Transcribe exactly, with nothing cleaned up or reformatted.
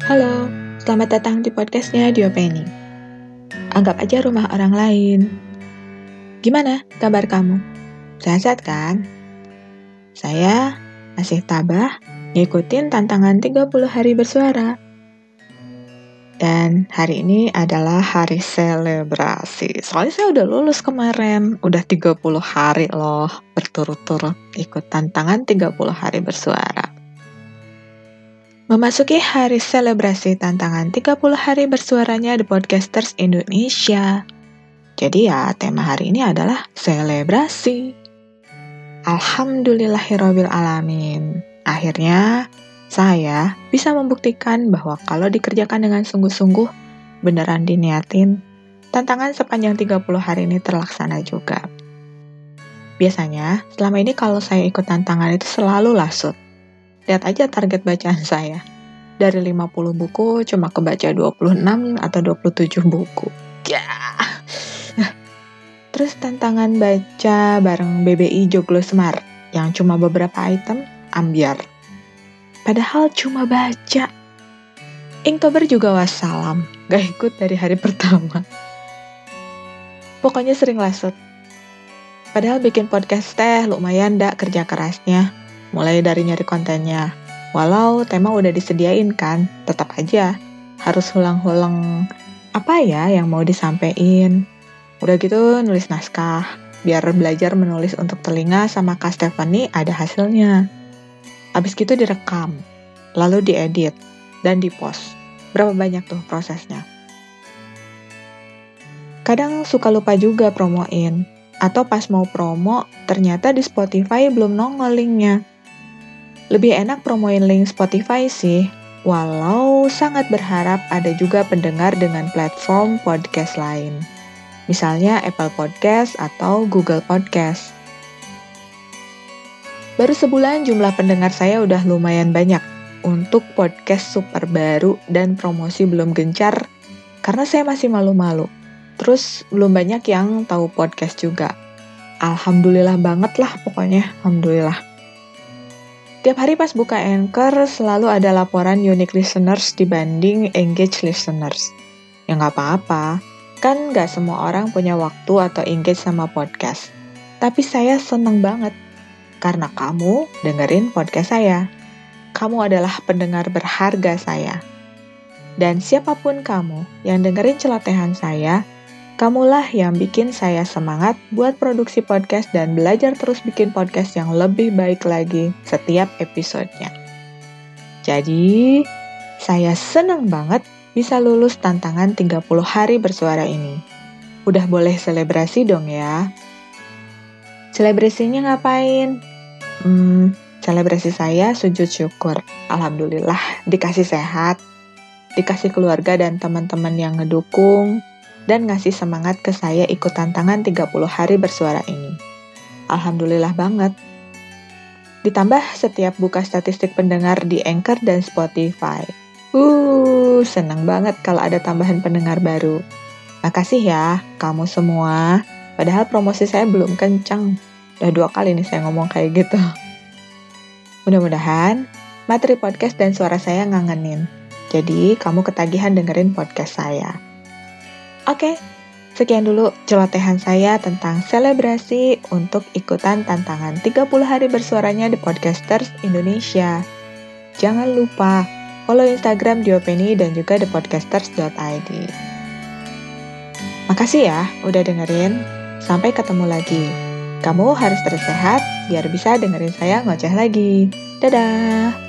Halo, selamat datang di podcastnya Diopeni. Anggap aja rumah orang lain. Gimana kabar kamu? Sehat-sehat kan? Saya masih tabah ngikutin tantangan tiga puluh hari bersuara. Dan hari ini adalah hari selebrasi. Soalnya saya udah lulus kemarin, udah tiga puluh hari loh berturut-turut ikut tantangan tiga puluh hari bersuara. Memasuki hari selebrasi tantangan tiga puluh hari bersuaranya The Podcasters Indonesia. Jadi ya, tema hari ini adalah selebrasi. Alhamdulillahirabbil alamin. Akhirnya, saya bisa membuktikan bahwa kalau dikerjakan dengan sungguh-sungguh, beneran diniatin, tantangan sepanjang tiga puluh hari ini terlaksana juga. Biasanya, selama ini kalau saya ikut tantangan itu selalu lasut. Lihat aja target bacaan saya. Dari lima puluh buku, cuma kebaca dua puluh enam atau dua puluh tujuh buku. Ya. Nah, terus tantangan baca bareng B B I Joglo Semar, yang cuma beberapa item, ambiar. Padahal cuma baca. Inktober juga wassalam, gak ikut dari hari pertama. Pokoknya sering lasut. Padahal bikin podcast teh lumayan dak kerja kerasnya. Mulai dari nyari kontennya. Walau tema udah disediain kan, tetap aja harus hulang-hulang apa ya yang mau disampaikan. Udah gitu nulis naskah, biar belajar menulis untuk telinga sama Kak Stephanie ada hasilnya. Abis gitu direkam, lalu diedit, dan dipost. Berapa banyak tuh prosesnya. Kadang suka lupa juga promoin, atau pas mau promo, ternyata di Spotify belum nongol linknya. Lebih enak promoin link Spotify sih, walau sangat berharap ada juga pendengar dengan platform podcast lain. Misalnya Apple Podcast atau Google Podcast. Baru sebulan jumlah pendengar saya udah lumayan banyak untuk podcast super baru dan promosi belum gencar karena saya masih malu-malu. Terus belum banyak yang tahu podcast juga. Alhamdulillah banget lah pokoknya, alhamdulillah. Tiap hari pas buka Anchor selalu ada laporan unique listeners dibanding engaged listeners. Ya nggak apa-apa, kan nggak semua orang punya waktu atau engage sama podcast. Tapi saya seneng banget, karena kamu dengerin podcast saya. Kamu adalah pendengar berharga saya. Dan siapapun kamu yang dengerin celotehan saya, kamulah yang bikin saya semangat buat produksi podcast dan belajar terus bikin podcast yang lebih baik lagi setiap episodenya. Jadi, saya senang banget bisa lulus tantangan tiga puluh hari bersuara ini. Udah boleh selebrasi dong ya. Selebrasinya ngapain? Hmm, selebrasi saya sujud syukur. Alhamdulillah dikasih sehat, dikasih keluarga dan teman-teman yang ngedukung, dan ngasih semangat ke saya ikut tantangan tiga puluh hari bersuara ini. Alhamdulillah banget. Ditambah setiap buka statistik pendengar di Anchor dan Spotify. Uh, senang banget kalau ada tambahan pendengar baru. Makasih ya, kamu semua. Padahal promosi saya belum kencang. Udah dua kali nih saya ngomong kayak gitu. Mudah-mudahan materi podcast dan suara saya ngangenin. Jadi, kamu ketagihan dengerin podcast saya. Oke, sekian dulu celotehan saya tentang selebrasi untuk ikutan tantangan tiga puluh hari bersuaranya di Podcasters Indonesia. Jangan lupa follow Instagram Diopeni dan juga the podcasters dot i d. Makasih ya udah dengerin. Sampai ketemu lagi. Kamu harus terus sehat biar bisa dengerin saya ngoceh lagi. Dadah!